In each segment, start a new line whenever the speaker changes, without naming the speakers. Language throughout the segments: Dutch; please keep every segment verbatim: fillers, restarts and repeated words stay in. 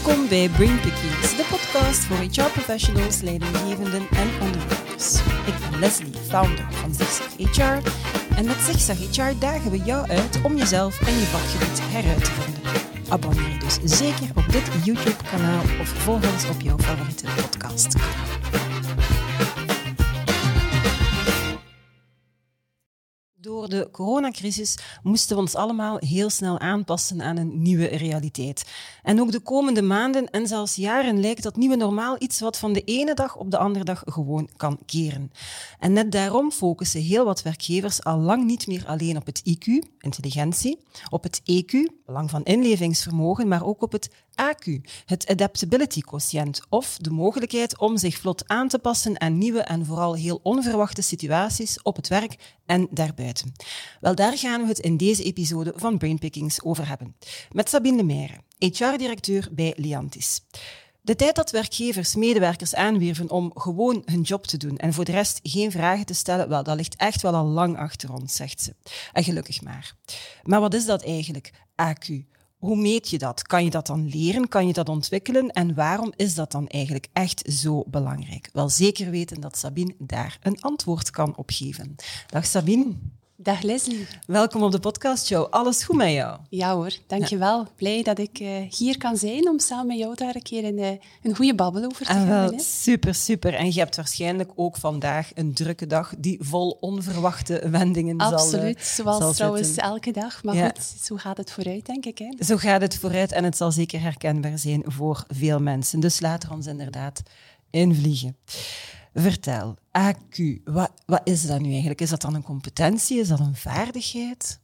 Welkom bij Brainpickings, de podcast voor H R-professionals, leidinggevenden en ondernemers. Ik ben Leslie, founder van Zigzag H R. En met Zigzag H R dagen we jou uit om jezelf en je vakgebied heruit te vinden. Abonneer je dus zeker op dit YouTube-kanaal of volg ons op jouw favoriete podcast. Door de coronacrisis moesten we ons allemaal heel snel aanpassen aan een nieuwe realiteit. En ook de komende maanden en zelfs jaren lijkt dat nieuwe normaal iets wat van de ene dag op de andere dag gewoon kan keren. En net daarom focussen heel wat werkgevers al lang niet meer alleen op het I Q, intelligentie, op het E Q, belang van inlevingsvermogen, maar ook op het A Q, het adaptability quotient, of de mogelijkheid om zich vlot aan te passen aan nieuwe en vooral heel onverwachte situaties op het werk en daarbuiten. Wel, daar gaan we het in deze episode van Brainpickings over hebben. Met Sabine Lemaire, H R-directeur bij Liantis. De tijd dat werkgevers medewerkers aanwierven om gewoon hun job te doen en voor de rest geen vragen te stellen, wel, dat ligt echt wel al lang achter ons, zegt ze. En gelukkig maar. Maar wat is dat eigenlijk, A Q? Hoe meet je dat? Kan je dat dan leren? Kan je dat ontwikkelen? En waarom is dat dan eigenlijk echt zo belangrijk? Wel zeker weten dat Sabine daar een antwoord kan op geven. Dag Sabine.
Dag Leslie.
Welkom op de podcastshow. Alles goed met jou?
Ja hoor, dankjewel. Ja. Blij dat ik uh, hier kan zijn om samen met jou daar een keer een, uh, een goede babbel over te
ah,
hebben.
Wel, super, super. En je hebt waarschijnlijk ook vandaag een drukke dag die vol onverwachte wendingen
Absoluut,
zal Absoluut,
uh, zoals
zal
trouwens
zitten.
elke dag. Maar ja. goed, zo gaat het vooruit, denk ik. Hè?
Zo gaat het vooruit en het zal zeker herkenbaar zijn voor veel mensen. Dus laten we ons inderdaad invliegen. Vertel, A Q, wat, wat is dat nu eigenlijk? Is dat dan een competentie? Is dat een vaardigheid?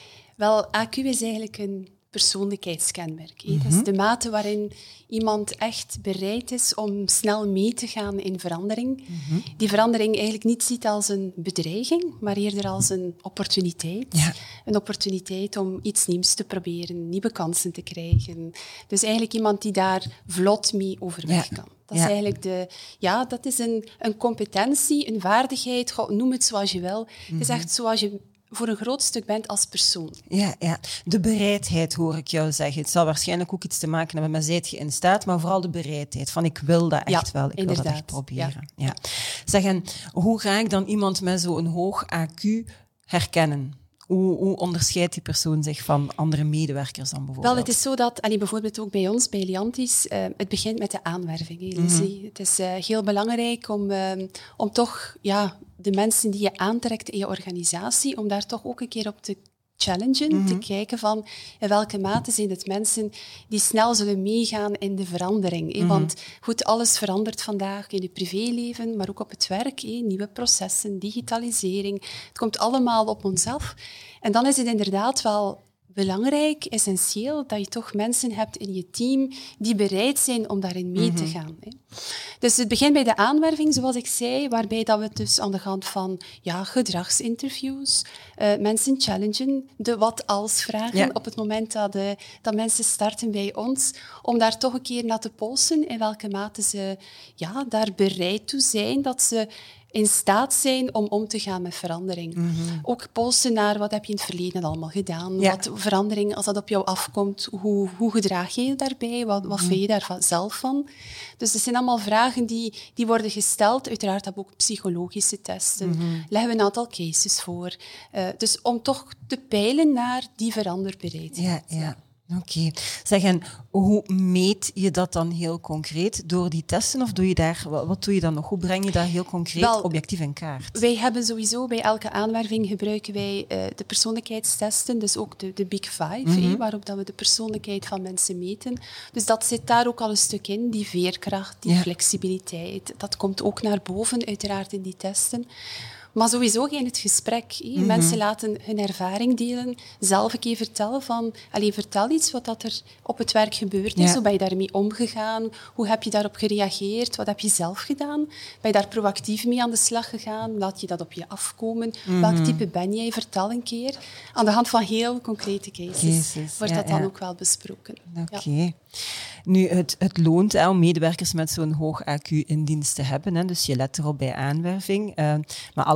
Wel, A Q is eigenlijk een persoonlijkheidskenmerk. Mm-hmm. Dat is de mate waarin iemand echt bereid is om snel mee te gaan in verandering. Mm-hmm. Die verandering eigenlijk niet ziet als een bedreiging, maar eerder als een opportuniteit. Ja. Een opportuniteit om iets nieuws te proberen, nieuwe kansen te krijgen. Dus eigenlijk iemand die daar vlot mee overweg ja. kan. Dat is ja. eigenlijk de, ja, dat is een, een competentie, een vaardigheid, goh, noem het zoals je wil. Mm-hmm. Het is echt zoals je voor een groot stuk bent als persoon.
Ja, ja, de bereidheid hoor ik jou zeggen. Het zal waarschijnlijk ook iets te maken hebben met zijt je in staat, maar vooral de bereidheid van ik wil dat echt
ja,
wel, ik
inderdaad.
wil dat echt proberen.
Ja.
Ja. Zeg, en hoe ga ik dan iemand met zo'n hoog A Q herkennen? Hoe, hoe onderscheidt die persoon zich van andere medewerkers dan bijvoorbeeld?
Wel, het is zo dat, allee, bijvoorbeeld ook bij ons, bij Liantis, uh, het begint met de aanwerving. Hè, mm-hmm. Het is uh, heel belangrijk om, uh, om toch ja, de mensen die je aantrekt in je organisatie, om daar toch ook een keer op te challengen, mm-hmm. te kijken van in welke mate zijn het mensen die snel zullen meegaan in de verandering. Hè? Mm-hmm. Want goed, alles verandert vandaag in je privéleven, maar ook op het werk. Hè? Nieuwe processen, digitalisering, het komt allemaal op ons af. En dan is het inderdaad wel belangrijk, essentieel, dat je toch mensen hebt in je team die bereid zijn om daarin mee mm-hmm. te gaan. Hè. Dus het begint bij de aanwerving, zoals ik zei, waarbij dat we dus aan de hand van ja, gedragsinterviews uh, mensen challengen, de wat-als-vragen ja. op het moment dat, uh, dat mensen starten bij ons, om daar toch een keer naar te polsen in welke mate ze ja, daar bereid toe zijn, dat ze in staat zijn om om te gaan met verandering. Mm-hmm. Ook polsen naar wat heb je in het verleden allemaal gedaan. Ja. Wat verandering, als dat op jou afkomt, hoe, hoe gedraag je je daarbij? Wat, wat mm-hmm. vind je daar zelf van? Dus dat zijn allemaal vragen die, die worden gesteld. Uiteraard hebben we ook psychologische testen. Mm-hmm. Leggen we een aantal cases voor. Uh, dus om toch te peilen naar die veranderbereidheid.
Ja, ja. Oké. Okay. Zeg, en hoe meet je dat dan heel concreet? Door die testen of doe je daar, wat, wat doe je dan nog? Hoe breng je dat heel concreet Wel, objectief in kaart?
Wij hebben sowieso bij elke aanwerving gebruiken wij uh, de persoonlijkheidstesten, dus ook de, de Big Five, mm-hmm. eh, waarop dat we de persoonlijkheid van mensen meten. Dus dat zit daar ook al een stuk in, die veerkracht, die ja. flexibiliteit. Dat komt ook naar boven, uiteraard, in die testen. Maar sowieso in het gesprek. Mm-hmm. Mensen laten hun ervaring delen, zelf een keer vertellen van... Allez, vertel iets wat dat er op het werk gebeurd is. Ja. Hoe ben je daarmee omgegaan? Hoe heb je daarop gereageerd? Wat heb je zelf gedaan? Ben je daar proactief mee aan de slag gegaan? Laat je dat op je afkomen? Mm-hmm. Welk type ben jij? Vertel een keer. Aan de hand van heel concrete cases, cases. wordt ja, dat dan ja. ook wel besproken.
Oké. Okay. Ja. Nu, het, het loont hè, om medewerkers met zo'n hoog A Q in dienst te hebben. Hè. Dus je let erop bij aanwerving. Uh, maar alles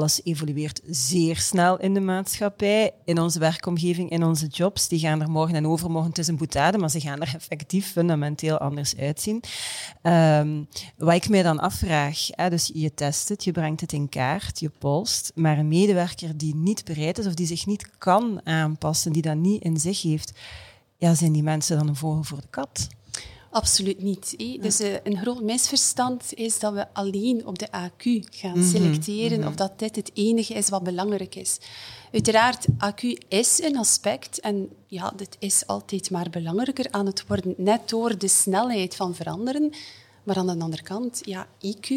Alles evolueert zeer snel in de maatschappij, in onze werkomgeving, in onze jobs. Die gaan er morgen en overmorgen, het is een boutade, maar ze gaan er effectief fundamenteel anders uitzien. Um, wat ik mij dan afvraag, hè, dus je test het, je brengt het in kaart, je polst, maar een medewerker die niet bereid is of die zich niet kan aanpassen, die dat niet in zich heeft, ja, zijn die mensen dan een vogel voor de kat?
Absoluut niet. Hè? Ja. Dus uh, een groot misverstand is dat we alleen op de A Q gaan mm-hmm, selecteren mm-hmm. of dat dit het enige is wat belangrijk is. Uiteraard, A Q is een aspect en ja, dit is altijd maar belangrijker aan het worden, net door de snelheid van veranderen. Maar aan de andere kant, ja, I Q,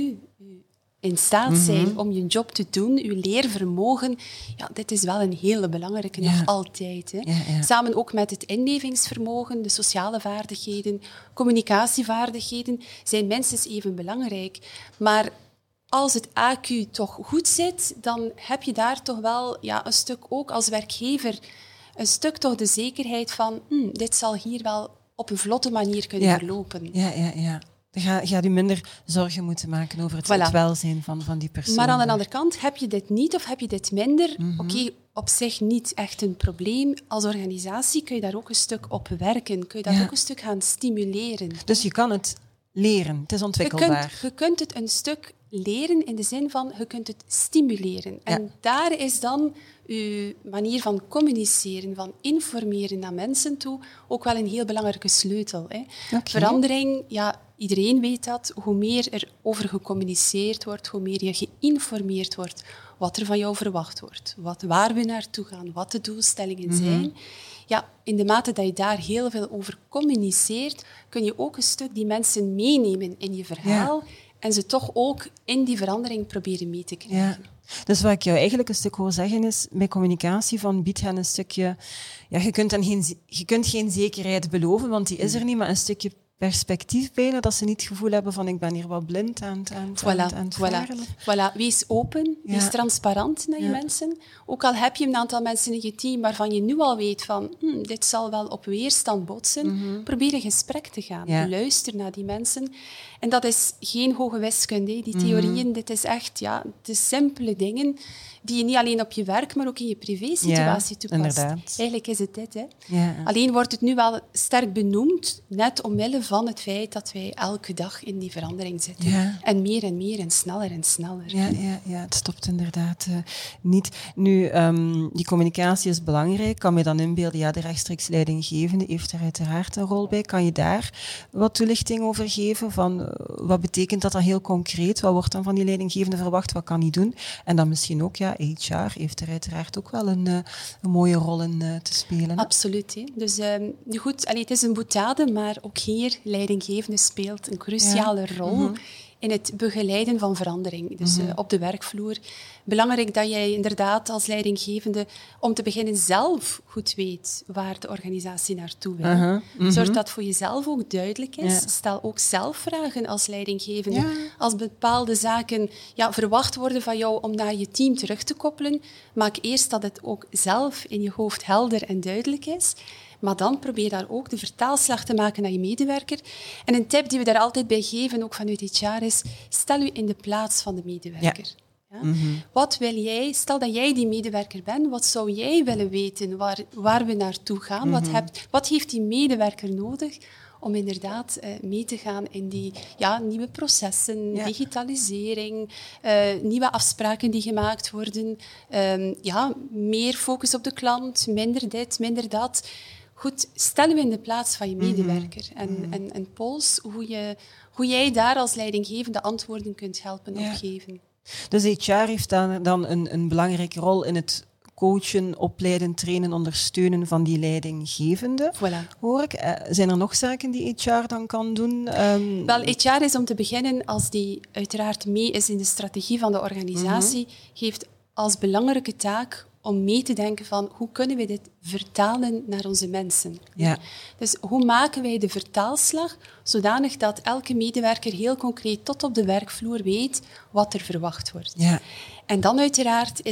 in staat zijn mm-hmm. om je job te doen, je leervermogen, ja, dit is wel een hele belangrijke, ja. nog altijd. Hè. Ja, ja. Samen ook met het inlevingsvermogen, de sociale vaardigheden, communicatievaardigheden, zijn minstens even belangrijk. Maar als het A Q toch goed zit, dan heb je daar toch wel ja, een stuk ook als werkgever, een stuk toch de zekerheid van, hm, dit zal hier wel op een vlotte manier kunnen
ja.
verlopen.
Ja, ja, ja. Dan ga, gaat u minder zorgen moeten maken over het, voilà. het welzijn van, van die persoon.
Maar aan de andere kant, heb je dit niet of heb je dit minder? Mm-hmm. Oké, okay, op zich niet echt een probleem. Als organisatie kun je daar ook een stuk op werken. Kun je dat ja. ook een stuk gaan stimuleren.
Dus je kan het leren, het is ontwikkelbaar.
Je kunt, je kunt het een stuk leren in de zin van, je kunt het stimuleren. Ja. En daar is dan uw manier van communiceren, van informeren naar mensen toe, ook wel een heel belangrijke sleutel. Hè. Okay. Verandering, ja, iedereen weet dat. Hoe meer er over gecommuniceerd wordt, hoe meer je geïnformeerd wordt wat er van jou verwacht wordt, wat, waar we naartoe gaan, wat de doelstellingen mm-hmm. zijn. Ja, in de mate dat je daar heel veel over communiceert, kun je ook een stuk die mensen meenemen in je verhaal ja. en ze toch ook in die verandering proberen mee te krijgen. Ja.
Dus wat ik jou eigenlijk een stuk hoor zeggen is, met communicatie van bied hen een stukje... Ja, je kunt, dan geen, je kunt geen zekerheid beloven, want die is er niet, maar een stukje perspectief bijna, dat ze niet het gevoel hebben van ik ben hier wat blind aan, aan,
voilà,
aan, aan het
voilà, voilà. Wees open, ja. wees transparant naar je ja. mensen. Ook al heb je een aantal mensen in je team waarvan je nu al weet van hm, dit zal wel op weerstand botsen, mm-hmm. probeer een gesprek te gaan. Ja. Luister naar die mensen. En dat is geen hoge wiskunde, die theorieën. Mm-hmm. Dit is echt ja, de simpele dingen die je niet alleen op je werk, maar ook in je privésituatie ja, toepast.
Inderdaad.
Eigenlijk is het dit. Hè.
Ja.
Alleen wordt het nu wel sterk benoemd, net omwille van het feit dat wij elke dag in die verandering zitten. Ja. En meer en meer en sneller en sneller.
Ja, ja, ja het stopt inderdaad uh, niet. Nu, um, die communicatie is belangrijk. Kan je dan inbeelden, ja, de rechtstreeks leidinggevende heeft er uiteraard een rol bij. Kan je daar wat toelichting over geven? Van, uh, wat betekent dat dan heel concreet? Wat wordt dan van die leidinggevende verwacht? Wat kan hij doen? En dan misschien ook, ja, H R heeft er uiteraard ook wel een, uh, een mooie rol in uh, te spelen. Hè?
Absoluut. Hè. Dus um, goed, allee, het is een boutade, maar ook hier, leidinggevende speelt een cruciale ja. rol mm-hmm. in het begeleiden van verandering. Dus mm-hmm. uh, op de werkvloer. Belangrijk dat jij inderdaad als leidinggevende om te beginnen zelf goed weet waar de organisatie naartoe wil. Uh-huh. Mm-hmm. Zorg dat voor jezelf ook duidelijk is. Ja. Stel ook zelf vragen als leidinggevende. Ja. Als bepaalde zaken ja, verwacht worden van jou om naar je team terug te koppelen, maak eerst dat het ook zelf in je hoofd helder en duidelijk is. Maar dan probeer daar ook de vertaalslag te maken naar je medewerker. En een tip die we daar altijd bij geven, ook vanuit H R, is stel u in de plaats van de medewerker. Ja. Ja? Mm-hmm. Wat wil jij, stel dat jij die medewerker bent, wat zou jij willen weten waar, waar we naartoe gaan? Mm-hmm. Wat, hebt, wat heeft die medewerker nodig om inderdaad uh, mee te gaan in die ja, nieuwe processen, ja. digitalisering, uh, nieuwe afspraken die gemaakt worden, um, ja, meer focus op de klant, minder dit, minder dat. Goed, stel je in de plaats van je medewerker mm-hmm. en, mm-hmm. en, en pols hoe, je, hoe jij daar als leidinggevende antwoorden kunt helpen ja. opgeven.
Dus H R heeft dan, dan een, een belangrijke rol in het coachen, opleiden, trainen, ondersteunen van die leidinggevende,
voilà.
hoor ik. Uh, zijn er nog zaken die H R dan kan doen? Um...
Wel, H R is om te beginnen, als die uiteraard mee is in de strategie van de organisatie, mm-hmm. heeft als belangrijke taak om mee te denken van hoe kunnen we dit vertalen naar onze mensen.
Ja.
Dus hoe maken wij de vertaalslag zodanig dat elke medewerker heel concreet tot op de werkvloer weet wat er verwacht wordt.
Ja.
En dan uiteraard is het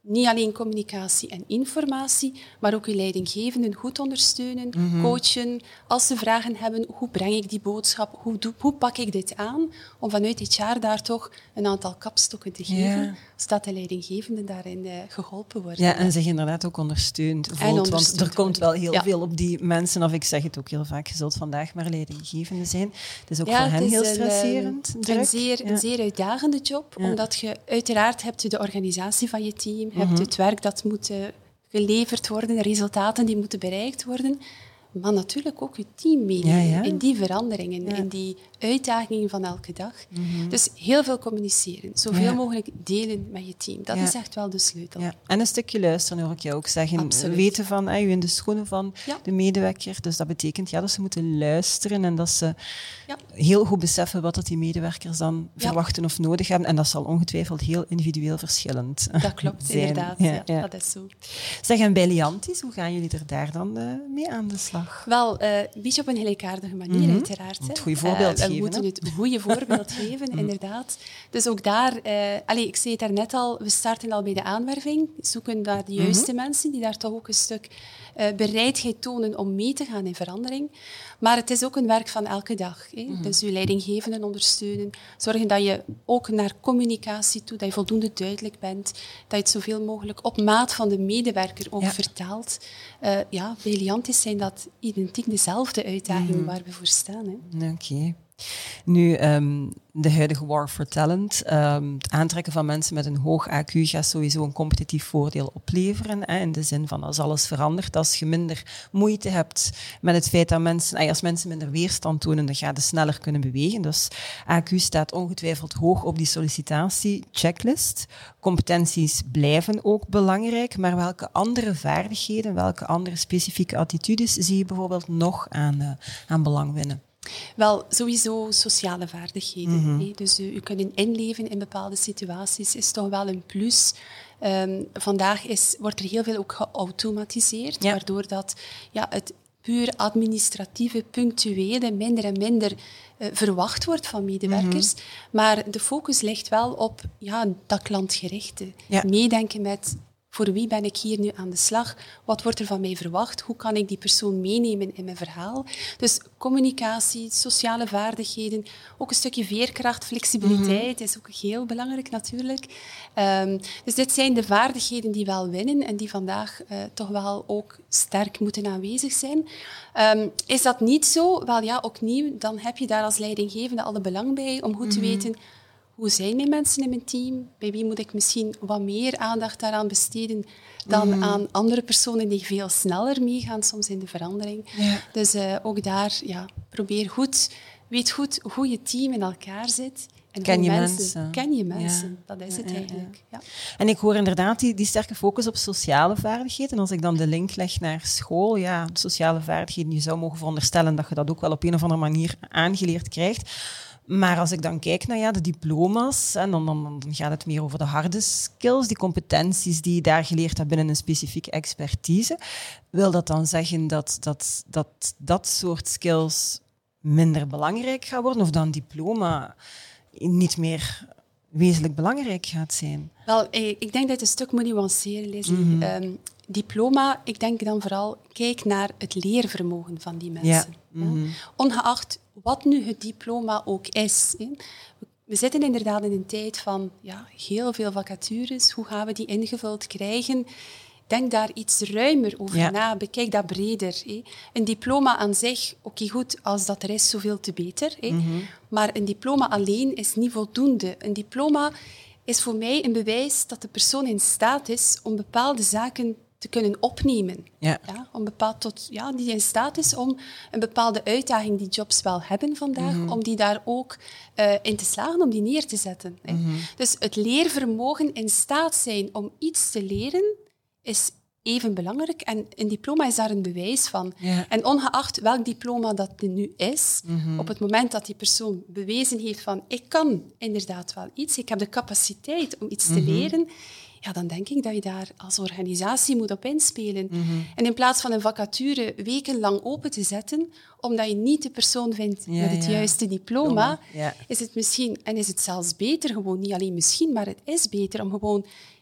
niet alleen communicatie en informatie, maar ook je leidinggevenden goed ondersteunen, mm-hmm. coachen. Als ze vragen hebben, hoe breng ik die boodschap? Hoe, doe, hoe pak ik dit aan? Om vanuit H R daar toch een aantal kapstokken te geven, ja. zodat de leidinggevenden daarin uh, geholpen worden.
Ja, en zich inderdaad ook ondersteund voelt. Want er komt wel heel ja. veel op die mensen af. Ik zeg het ook heel vaak, je zult vandaag maar leidinggevende zijn. Het is ook ja, voor hen heel stresserend.
Een, een, zeer, ja. een zeer uitdagende job, ja. omdat je uiteraard hebt de organisatie van je team, mm-hmm. hebt het werk dat moet uh, geleverd worden, de resultaten die moeten bereikt worden, maar natuurlijk ook je team meenemen ja, ja. in die veranderingen, ja. in die uitdagingen van elke dag. Mm-hmm. Dus heel veel communiceren, zoveel ja. mogelijk delen met je team. Dat ja. is echt wel de sleutel. Ja.
En een stukje luisteren, hoor ik jou ook zeggen.
Absoluut.
Weten van, uh, je in de schoenen van ja. de medewerker. Dus dat betekent ja, dat ze moeten luisteren en dat ze ja. heel goed beseffen wat dat die medewerkers dan ja. verwachten of nodig hebben. En dat zal ongetwijfeld heel individueel verschillend
Dat klopt, zijn. inderdaad. Ja, ja, ja. Dat is zo.
Zeg, en bij Liantis, hoe gaan jullie er daar dan uh, mee aan de slag?
Wel, uh, een beetje op een gelijkaardige manier, mm-hmm. uiteraard.
Het goede voorbeeld uh,
we
geven.
We moeten het goede voorbeeld geven, mm. inderdaad. Dus ook daar, uh, allez, ik zei het daarnet al, we starten al bij de aanwerving, zoeken naar de juiste mm-hmm. mensen die daar toch ook een stuk uh, bereidheid tonen om mee te gaan in verandering. Maar het is ook een werk van elke dag. Hè? Mm-hmm. Dus je leidinggevenden ondersteunen, zorgen dat je ook naar communicatie toe, dat je voldoende duidelijk bent, dat je het zoveel mogelijk op maat van de medewerker ook ja. vertaalt. Uh, ja, bij Liantis zijn dat identiek dezelfde uitdagingen mm. waar we voor staan. Oké.
Okay. Nu, um, de huidige war for talent, um, het aantrekken van mensen met een hoog A Q gaat sowieso een competitief voordeel opleveren. Hè, in de zin van als alles verandert, als je minder moeite hebt met het feit dat mensen, als mensen minder weerstand tonen, dan gaan ze sneller kunnen bewegen. Dus A Q staat ongetwijfeld hoog op die sollicitatie-checklist. Competenties blijven ook belangrijk, maar welke andere vaardigheden, welke andere specifieke attitudes zie je bijvoorbeeld nog aan, uh, aan belang winnen?
Wel, sowieso sociale vaardigheden. Mm-hmm. Dus uh, je kunnen inleven in bepaalde situaties is toch wel een plus. Um, vandaag is, wordt er heel veel ook geautomatiseerd, ja. waardoor dat, ja, het puur administratieve, punctuele minder en minder uh, verwacht wordt van medewerkers. Mm-hmm. Maar de focus ligt wel op ja, dat klantgerichte. Ja. Meedenken met... Voor wie ben ik hier nu aan de slag? Wat wordt er van mij verwacht? Hoe kan ik die persoon meenemen in mijn verhaal? Dus communicatie, sociale vaardigheden, ook een stukje veerkracht, flexibiliteit mm-hmm. is ook heel belangrijk natuurlijk. Um, dus dit zijn de vaardigheden die wel winnen en die vandaag uh, toch wel ook sterk moeten aanwezig zijn. Um, is dat niet zo? Wel ja, opnieuw, dan heb je daar als leidinggevende alle belang bij om goed mm-hmm. te weten... Hoe zijn mijn mensen in mijn team? Bij wie moet ik misschien wat meer aandacht daaraan besteden dan mm. aan andere personen die veel sneller meegaan, soms in de verandering. Ja. Dus uh, ook daar, ja, probeer goed, weet goed hoe je team in elkaar zit. En
ken je
mensen,
mensen.
Ken je mensen, ja. dat is het ja, eigenlijk. Ja.
En ik hoor inderdaad die, die sterke focus op sociale vaardigheden. En als ik dan de link leg naar school, ja, sociale vaardigheden, je zou mogen veronderstellen dat je dat ook wel op een of andere manier aangeleerd krijgt. Maar als ik dan kijk naar ja, de diploma's, en dan, dan, dan gaat het meer over de harde skills, die competenties die je daar geleerd hebt binnen een specifieke expertise. Wil dat dan zeggen dat dat, dat, dat soort skills minder belangrijk gaat worden? Of dan diploma niet meer wezenlijk belangrijk gaat zijn?
Wel, ik denk dat je een stuk moet nuanceren, Leslie. Mm-hmm. Um, diploma, ik denk dan vooral, kijk naar het leervermogen van die mensen. Ja. Mm-hmm. Ja? Ongeacht wat nu het diploma ook is. Hè. We zitten inderdaad in een tijd van ja, heel veel vacatures. Hoe gaan we die ingevuld krijgen? Denk daar iets ruimer over ja. na. Bekijk dat breder. Hè. Een diploma aan zich, oké okay, goed, als dat er is, zoveel te beter. Hè. Mm-hmm. Maar een diploma alleen is niet voldoende. Een diploma is voor mij een bewijs dat de persoon in staat is om bepaalde zaken te kunnen opnemen. Ja. Ja, om bepaald tot, ja, die in staat is om een bepaalde uitdaging die jobs wel hebben vandaag, mm-hmm. om die daar ook uh, in te slagen, om die neer te zetten. Mm-hmm. Dus het leervermogen, in staat zijn om iets te leren, is even belangrijk. En een diploma is daar een bewijs van. Ja. En ongeacht welk diploma dat nu is, mm-hmm. op het moment dat die persoon bewezen heeft van ik kan inderdaad wel iets, ik heb de capaciteit om iets mm-hmm. te leren, ja, dan denk ik dat je daar als organisatie moet op inspelen. Mm-hmm. En in plaats van een vacature wekenlang open te zetten, omdat je niet de persoon vindt ja, met het ja. juiste diploma, ja. is het misschien, en is het zelfs beter, gewoon niet alleen misschien, maar het is beter om gewoon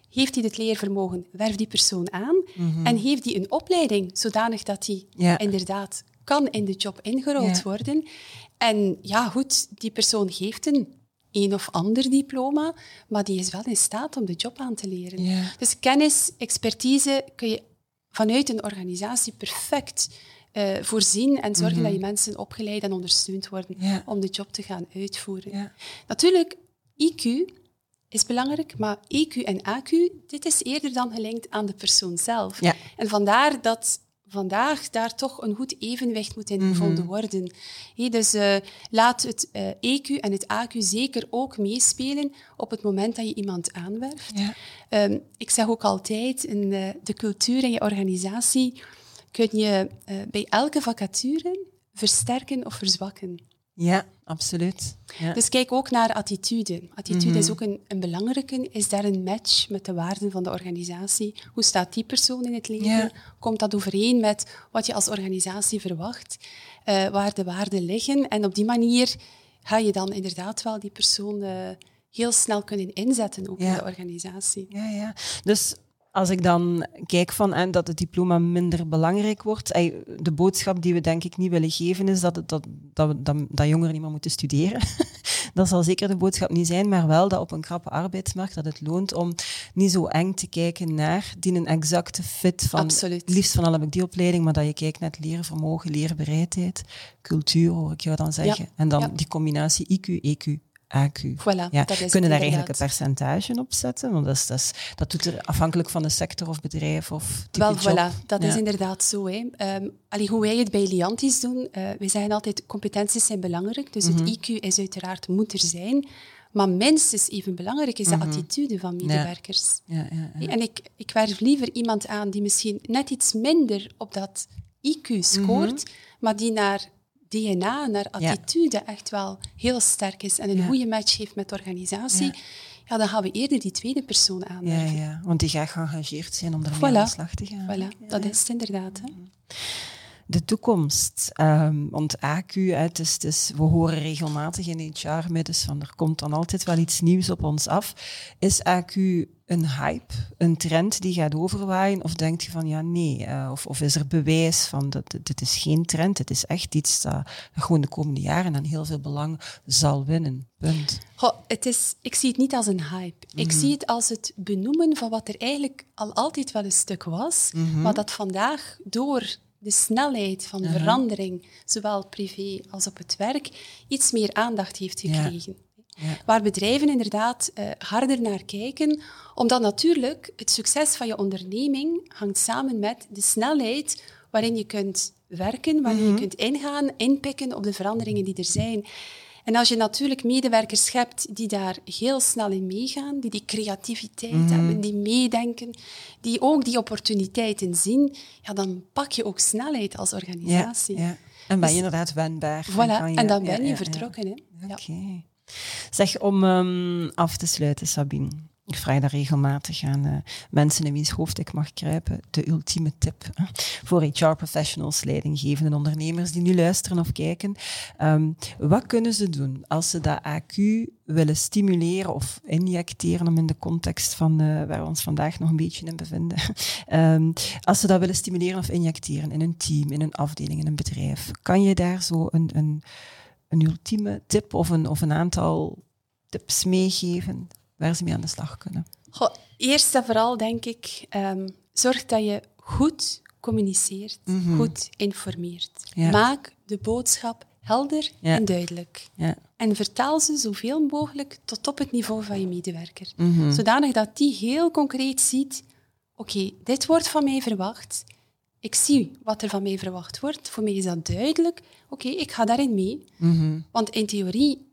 heeft hij het leervermogen, werf die persoon aan mm-hmm. en geef die een opleiding, zodanig dat hij ja. inderdaad kan in de job ingerold ja. worden. En ja, goed, die persoon geeft een een of ander diploma, maar die is wel in staat om de job aan te leren. Ja. Dus kennis, expertise kun je vanuit een organisatie perfect uh, voorzien en zorgen mm-hmm. dat je mensen opgeleid en ondersteund worden ja. om de job te gaan uitvoeren. Ja. Natuurlijk, I Q is belangrijk, maar E Q en A Q, dit is eerder dan gelinkt aan de persoon zelf. Ja. En vandaar dat vandaag daar toch een goed evenwicht moet in gevonden mm-hmm. worden. He, dus uh, laat het uh, E Q en het A Q zeker ook meespelen op het moment dat je iemand aanwerft. Ja. Um, ik zeg ook altijd, in uh, de cultuur in je organisatie kun je uh, bij elke vacature versterken of verzwakken.
Ja, absoluut. Ja.
Dus kijk ook naar attitude. Attitude mm-hmm. is ook een, een belangrijke. Is daar een match met de waarden van de organisatie? Hoe staat die persoon in het leven? Ja. Komt dat overeen met wat je als organisatie verwacht? Uh, waar de waarden liggen? En op die manier ga je dan inderdaad wel die persoon uh, heel snel kunnen inzetten, ook ja. in de organisatie.
Ja, ja. Dus als ik dan kijk van en dat het diploma minder belangrijk wordt, de boodschap die we denk ik niet willen geven is dat, het, dat, dat, dat, dat jongeren niet meer moeten studeren. Dat zal zeker de boodschap niet zijn, maar wel dat op een krappe arbeidsmarkt dat het loont om niet zo eng te kijken naar die een exacte fit van,
Absoluut.
Liefst van al heb ik die opleiding, maar dat je kijkt naar het leervermogen, leerbereidheid, cultuur hoor ik jou dan zeggen. Ja. En dan ja. die combinatie I Q, E Q, A Q.
Voilà,
ja.
dat is
Kunnen daar eigenlijk een percentage op zetten? Want dat, is, dat, is, dat doet er afhankelijk van de sector of bedrijf of type
Wel,
job.
Voilà, dat ja. is inderdaad zo. Hè. Um, allee, hoe wij het bij Liantis doen, uh, wij zeggen altijd competenties zijn belangrijk, dus mm-hmm. het I Q is uiteraard moet er zijn, maar minstens even belangrijk is de mm-hmm. attitude van medewerkers. Ja. Ja, ja, ja. En ik, ik werf liever iemand aan die misschien net iets minder op dat I Q scoort, mm-hmm. maar die naar D N A, naar attitude ja. echt wel heel sterk is en een ja. goede match heeft met de organisatie, ja. ja, dan gaan we eerder die tweede persoon aanwerven.
Ja, ja, want die gaat geëngageerd zijn om ermee voilà. aan de slag te gaan.
Voilà, ja, dat ja. is het inderdaad. Hè.
De toekomst, um, want A Q, het is, het is, we horen regelmatig in H R-middens van er komt dan altijd wel iets nieuws op ons af. Is A Q een hype, een trend die gaat overwaaien? Of denk je van ja, nee? Uh, of, of is er bewijs van dat dit is geen trend, het is echt iets dat gewoon de komende jaren aan heel veel belang zal winnen? Punt.
Goh, het is, ik zie het niet als een hype. Mm-hmm. Ik zie het als het benoemen van wat er eigenlijk al altijd wel een stuk was, mm-hmm. maar dat vandaag door de snelheid van uh-huh. verandering, zowel privé als op het werk, iets meer aandacht heeft gekregen. Ja. Ja. Waar bedrijven inderdaad uh, harder naar kijken, omdat natuurlijk het succes van je onderneming hangt samen met de snelheid waarin je kunt werken, waarin mm-hmm. je kunt ingaan, inpikken op de veranderingen die er zijn. En als je natuurlijk medewerkers hebt die daar heel snel in meegaan, die die creativiteit mm-hmm. hebben, die meedenken, die ook die opportuniteiten zien, ja, dan pak je ook snelheid als organisatie.
Ja, ja. En ben je dus, inderdaad wendbaar.
Voilà, en, je, en dan ben je ja, vertrokken. Ja.
Oké. Okay. Zeg, om um, af te sluiten, Sabine. Ik vraag daar regelmatig aan uh, mensen in wiens hoofd ik mag kruipen. De ultieme tip uh, voor H R-professionals, leidinggevende ondernemers die nu luisteren of kijken. Um, wat kunnen ze doen als ze dat A Q willen stimuleren of injecteren, om in de context van uh, waar we ons vandaag nog een beetje in bevinden. um, als ze dat willen stimuleren of injecteren in een team, in een afdeling, in een bedrijf. Kan je daar zo een, een, een ultieme tip of een, of een aantal tips meegeven waar ze mee aan de slag kunnen?
Goh, eerst en vooral denk ik, um, zorg dat je goed communiceert, mm-hmm. goed informeert. Ja. Maak de boodschap helder ja. en duidelijk. Ja. En vertaal ze zoveel mogelijk tot op het niveau van je medewerker. Mm-hmm. Zodanig dat die heel concreet ziet, oké, okay, dit wordt van mij verwacht. Ik zie wat er van mij verwacht wordt. Voor mij is dat duidelijk. Oké, okay, ik ga daarin mee. Mm-hmm. Want in theorie,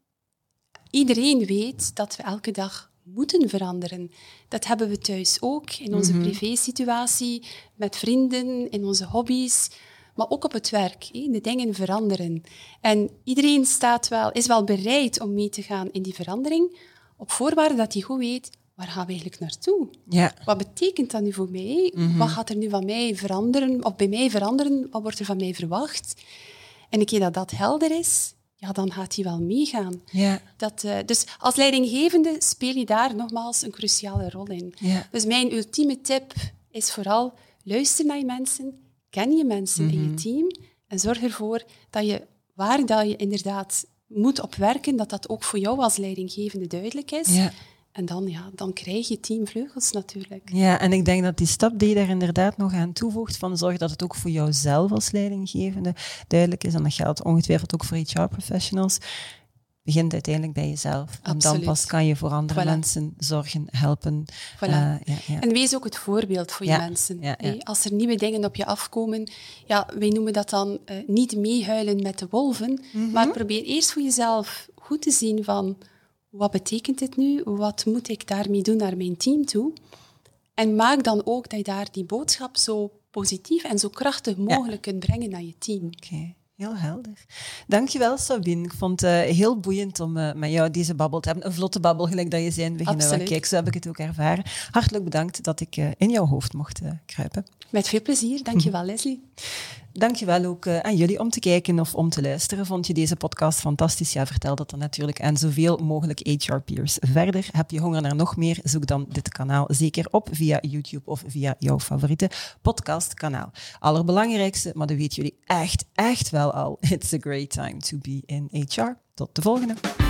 iedereen weet dat we elke dag moeten veranderen. Dat hebben we thuis ook, in onze mm-hmm. privésituatie, met vrienden, in onze hobby's, maar ook op het werk. Hé, de dingen veranderen. En iedereen staat wel, is wel bereid om mee te gaan in die verandering, op voorwaarde dat hij goed weet, waar gaan we eigenlijk naartoe? Ja. Wat betekent dat nu voor mij? Mm-hmm. Wat gaat er nu van mij veranderen, of bij mij veranderen? Wat wordt er van mij verwacht? En een keer dat dat helder is, ja, dan gaat hij wel meegaan.
Ja.
Dat, uh, dus als leidinggevende speel je daar nogmaals een cruciale rol in.
Ja.
Dus mijn ultieme tip is vooral luister naar je mensen, ken je mensen mm-hmm. in je team en zorg ervoor dat je, waar dat je inderdaad moet op werken, dat dat ook voor jou als leidinggevende duidelijk is.
Ja.
En dan, ja, dan krijg je teamvleugels natuurlijk.
Ja, en ik denk dat die stap die je daar inderdaad nog aan toevoegt, van zorg dat het ook voor jouzelf als leidinggevende duidelijk is, en dat geldt ongetwijfeld ook voor H R-professionals, begint uiteindelijk bij jezelf.
Absoluut.
En dan pas kan je voor andere
Voilà.
mensen zorgen, helpen.
Voilà.
Uh, ja, ja.
En wees ook het voorbeeld voor
ja.
je mensen.
Ja, ja.
Als er nieuwe dingen op je afkomen, ja, wij noemen dat dan uh, niet meehuilen met de wolven, mm-hmm. maar probeer eerst voor jezelf goed te zien van wat betekent dit nu? Wat moet ik daarmee doen naar mijn team toe? En maak dan ook dat je daar die boodschap zo positief en zo krachtig mogelijk ja. kunt brengen naar je team.
Oké. Okay. Heel helder. Dankjewel, Sabine. Ik vond het uh, heel boeiend om uh, met jou deze babbel te hebben. Een vlotte babbel, gelijk dat je zei in het begin.
Absoluut.
Kijk, zo heb ik het ook ervaren. Hartelijk bedankt dat ik uh, in jouw hoofd mocht uh, kruipen.
Met veel plezier. Dankjewel, Leslie.
Dankjewel ook uh, aan jullie om te kijken of om te luisteren. Vond je deze podcast fantastisch? Ja, vertel dat dan natuurlijk aan zoveel mogelijk H R-peers. Verder, heb je honger naar nog meer? Zoek dan dit kanaal zeker op via YouTube of via jouw favoriete podcastkanaal. Allerbelangrijkste, maar dat weten jullie echt, echt wel al. It's a great time to be in H R. Tot de volgende.